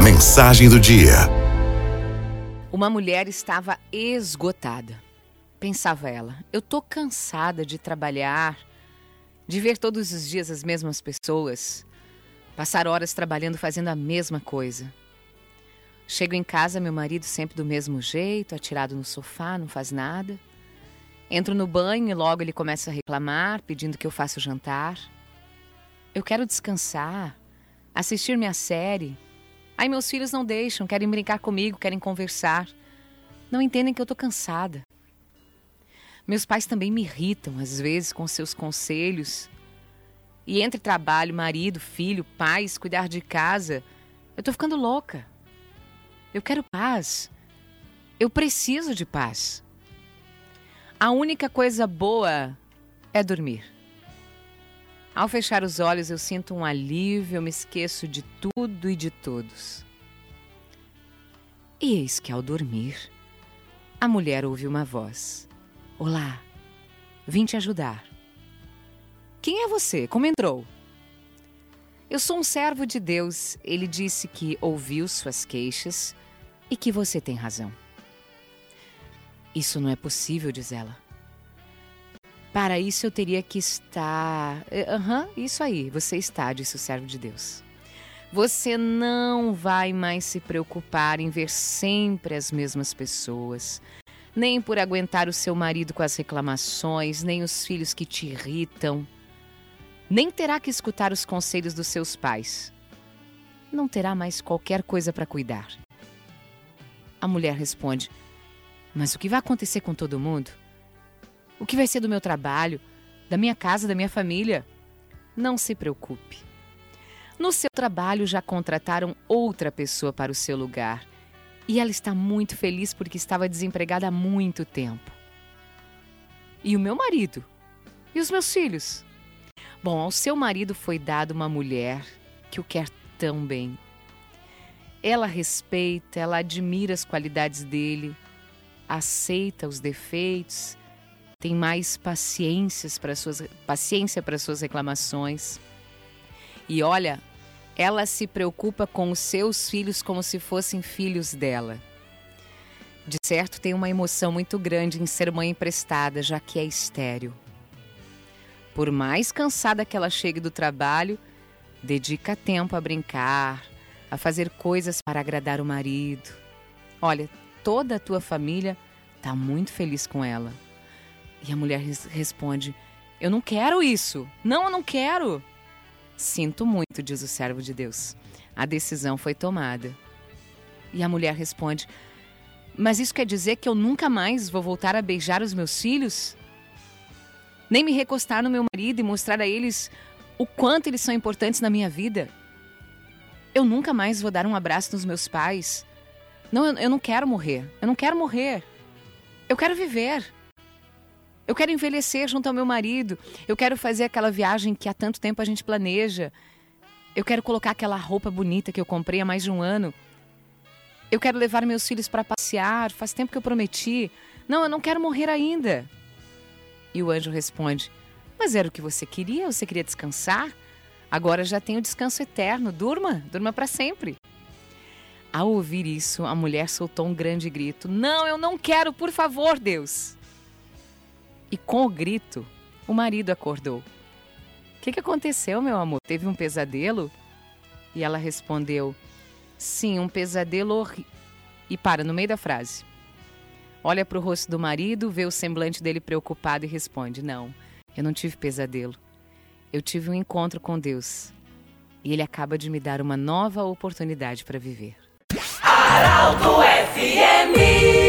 Mensagem do dia. Uma mulher estava esgotada. Pensava ela, eu tô cansada de trabalhar, de ver todos os dias as mesmas pessoas, passar horas trabalhando fazendo a mesma coisa. Chego em casa, meu marido sempre do mesmo jeito, atirado no sofá, não faz nada. Entro no banho e logo ele começa a reclamar, pedindo que eu faça o jantar. Eu quero descansar, assistir minha série. Aí meus filhos não deixam, querem brincar comigo, querem conversar. Não entendem que eu tô cansada. Meus pais também me irritam, às vezes, com seus conselhos. E entre trabalho, marido, filho, pais, cuidar de casa, eu tô ficando louca. Eu quero paz. Eu preciso de paz. A única coisa boa é dormir. Ao fechar os olhos, eu sinto um alívio, eu me esqueço de tudo e de todos. E eis que ao dormir, a mulher ouve uma voz. Olá, vim te ajudar. Quem é você? Como entrou? Eu sou um servo de Deus. Ele disse que ouviu suas queixas e que você tem razão. Isso não é possível, diz ela. Para isso eu teria que estar... Isso aí, você está, disse o servo de Deus. Você não vai mais se preocupar em ver sempre as mesmas pessoas, nem por aguentar o seu marido com as reclamações, nem os filhos que te irritam. Nem terá que escutar os conselhos dos seus pais. Não terá mais qualquer coisa para cuidar. A mulher responde, mas o que vai acontecer com todo mundo? O que vai ser do meu trabalho, da minha casa, da minha família? Não se preocupe. No seu trabalho já contrataram outra pessoa para o seu lugar. E ela está muito feliz porque estava desempregada há muito tempo. E o meu marido? E os meus filhos? Bom, ao seu marido foi dado uma mulher que o quer tão bem. Ela respeita, ela admira as qualidades dele, aceita os defeitos, tem mais paciência para suas reclamações. E olha, ela se preocupa com os seus filhos como se fossem filhos dela. De certo, tem uma emoção muito grande em ser mãe emprestada, já que é estéril. Por mais cansada que ela chegue do trabalho, dedica tempo a brincar, a fazer coisas para agradar o marido. Olha, toda a tua família está muito feliz com ela. E a mulher responde, eu não quero isso. Não, eu não quero. Sinto muito, diz o servo de Deus. A decisão foi tomada. E a mulher responde, mas isso quer dizer que eu nunca mais vou voltar a beijar os meus filhos? Nem me recostar no meu marido e mostrar a eles o quanto eles são importantes na minha vida? Eu nunca mais vou dar um abraço nos meus pais? Não, eu não quero morrer. Eu não quero morrer. Eu quero viver. Eu quero envelhecer junto ao meu marido. Eu quero fazer aquela viagem que há tanto tempo a gente planeja. Eu quero colocar aquela roupa bonita que eu comprei há mais de um ano. Eu quero levar meus filhos para passear. Faz tempo que eu prometi. Não, eu não quero morrer ainda. E o anjo responde, mas era o que você queria? Você queria descansar? Agora já tem o descanso eterno. Durma para sempre. Ao ouvir isso, a mulher soltou um grande grito. Não, eu não quero, por favor, Deus. E com o grito, o marido acordou. O que aconteceu, meu amor? Teve um pesadelo? E ela respondeu, sim, um pesadelo horrível. E para no meio da frase. Olha para o rosto do marido, vê o semblante dele preocupado e responde, não, eu não tive pesadelo. Eu tive um encontro com Deus. E Ele acaba de me dar uma nova oportunidade para viver. Arauto FM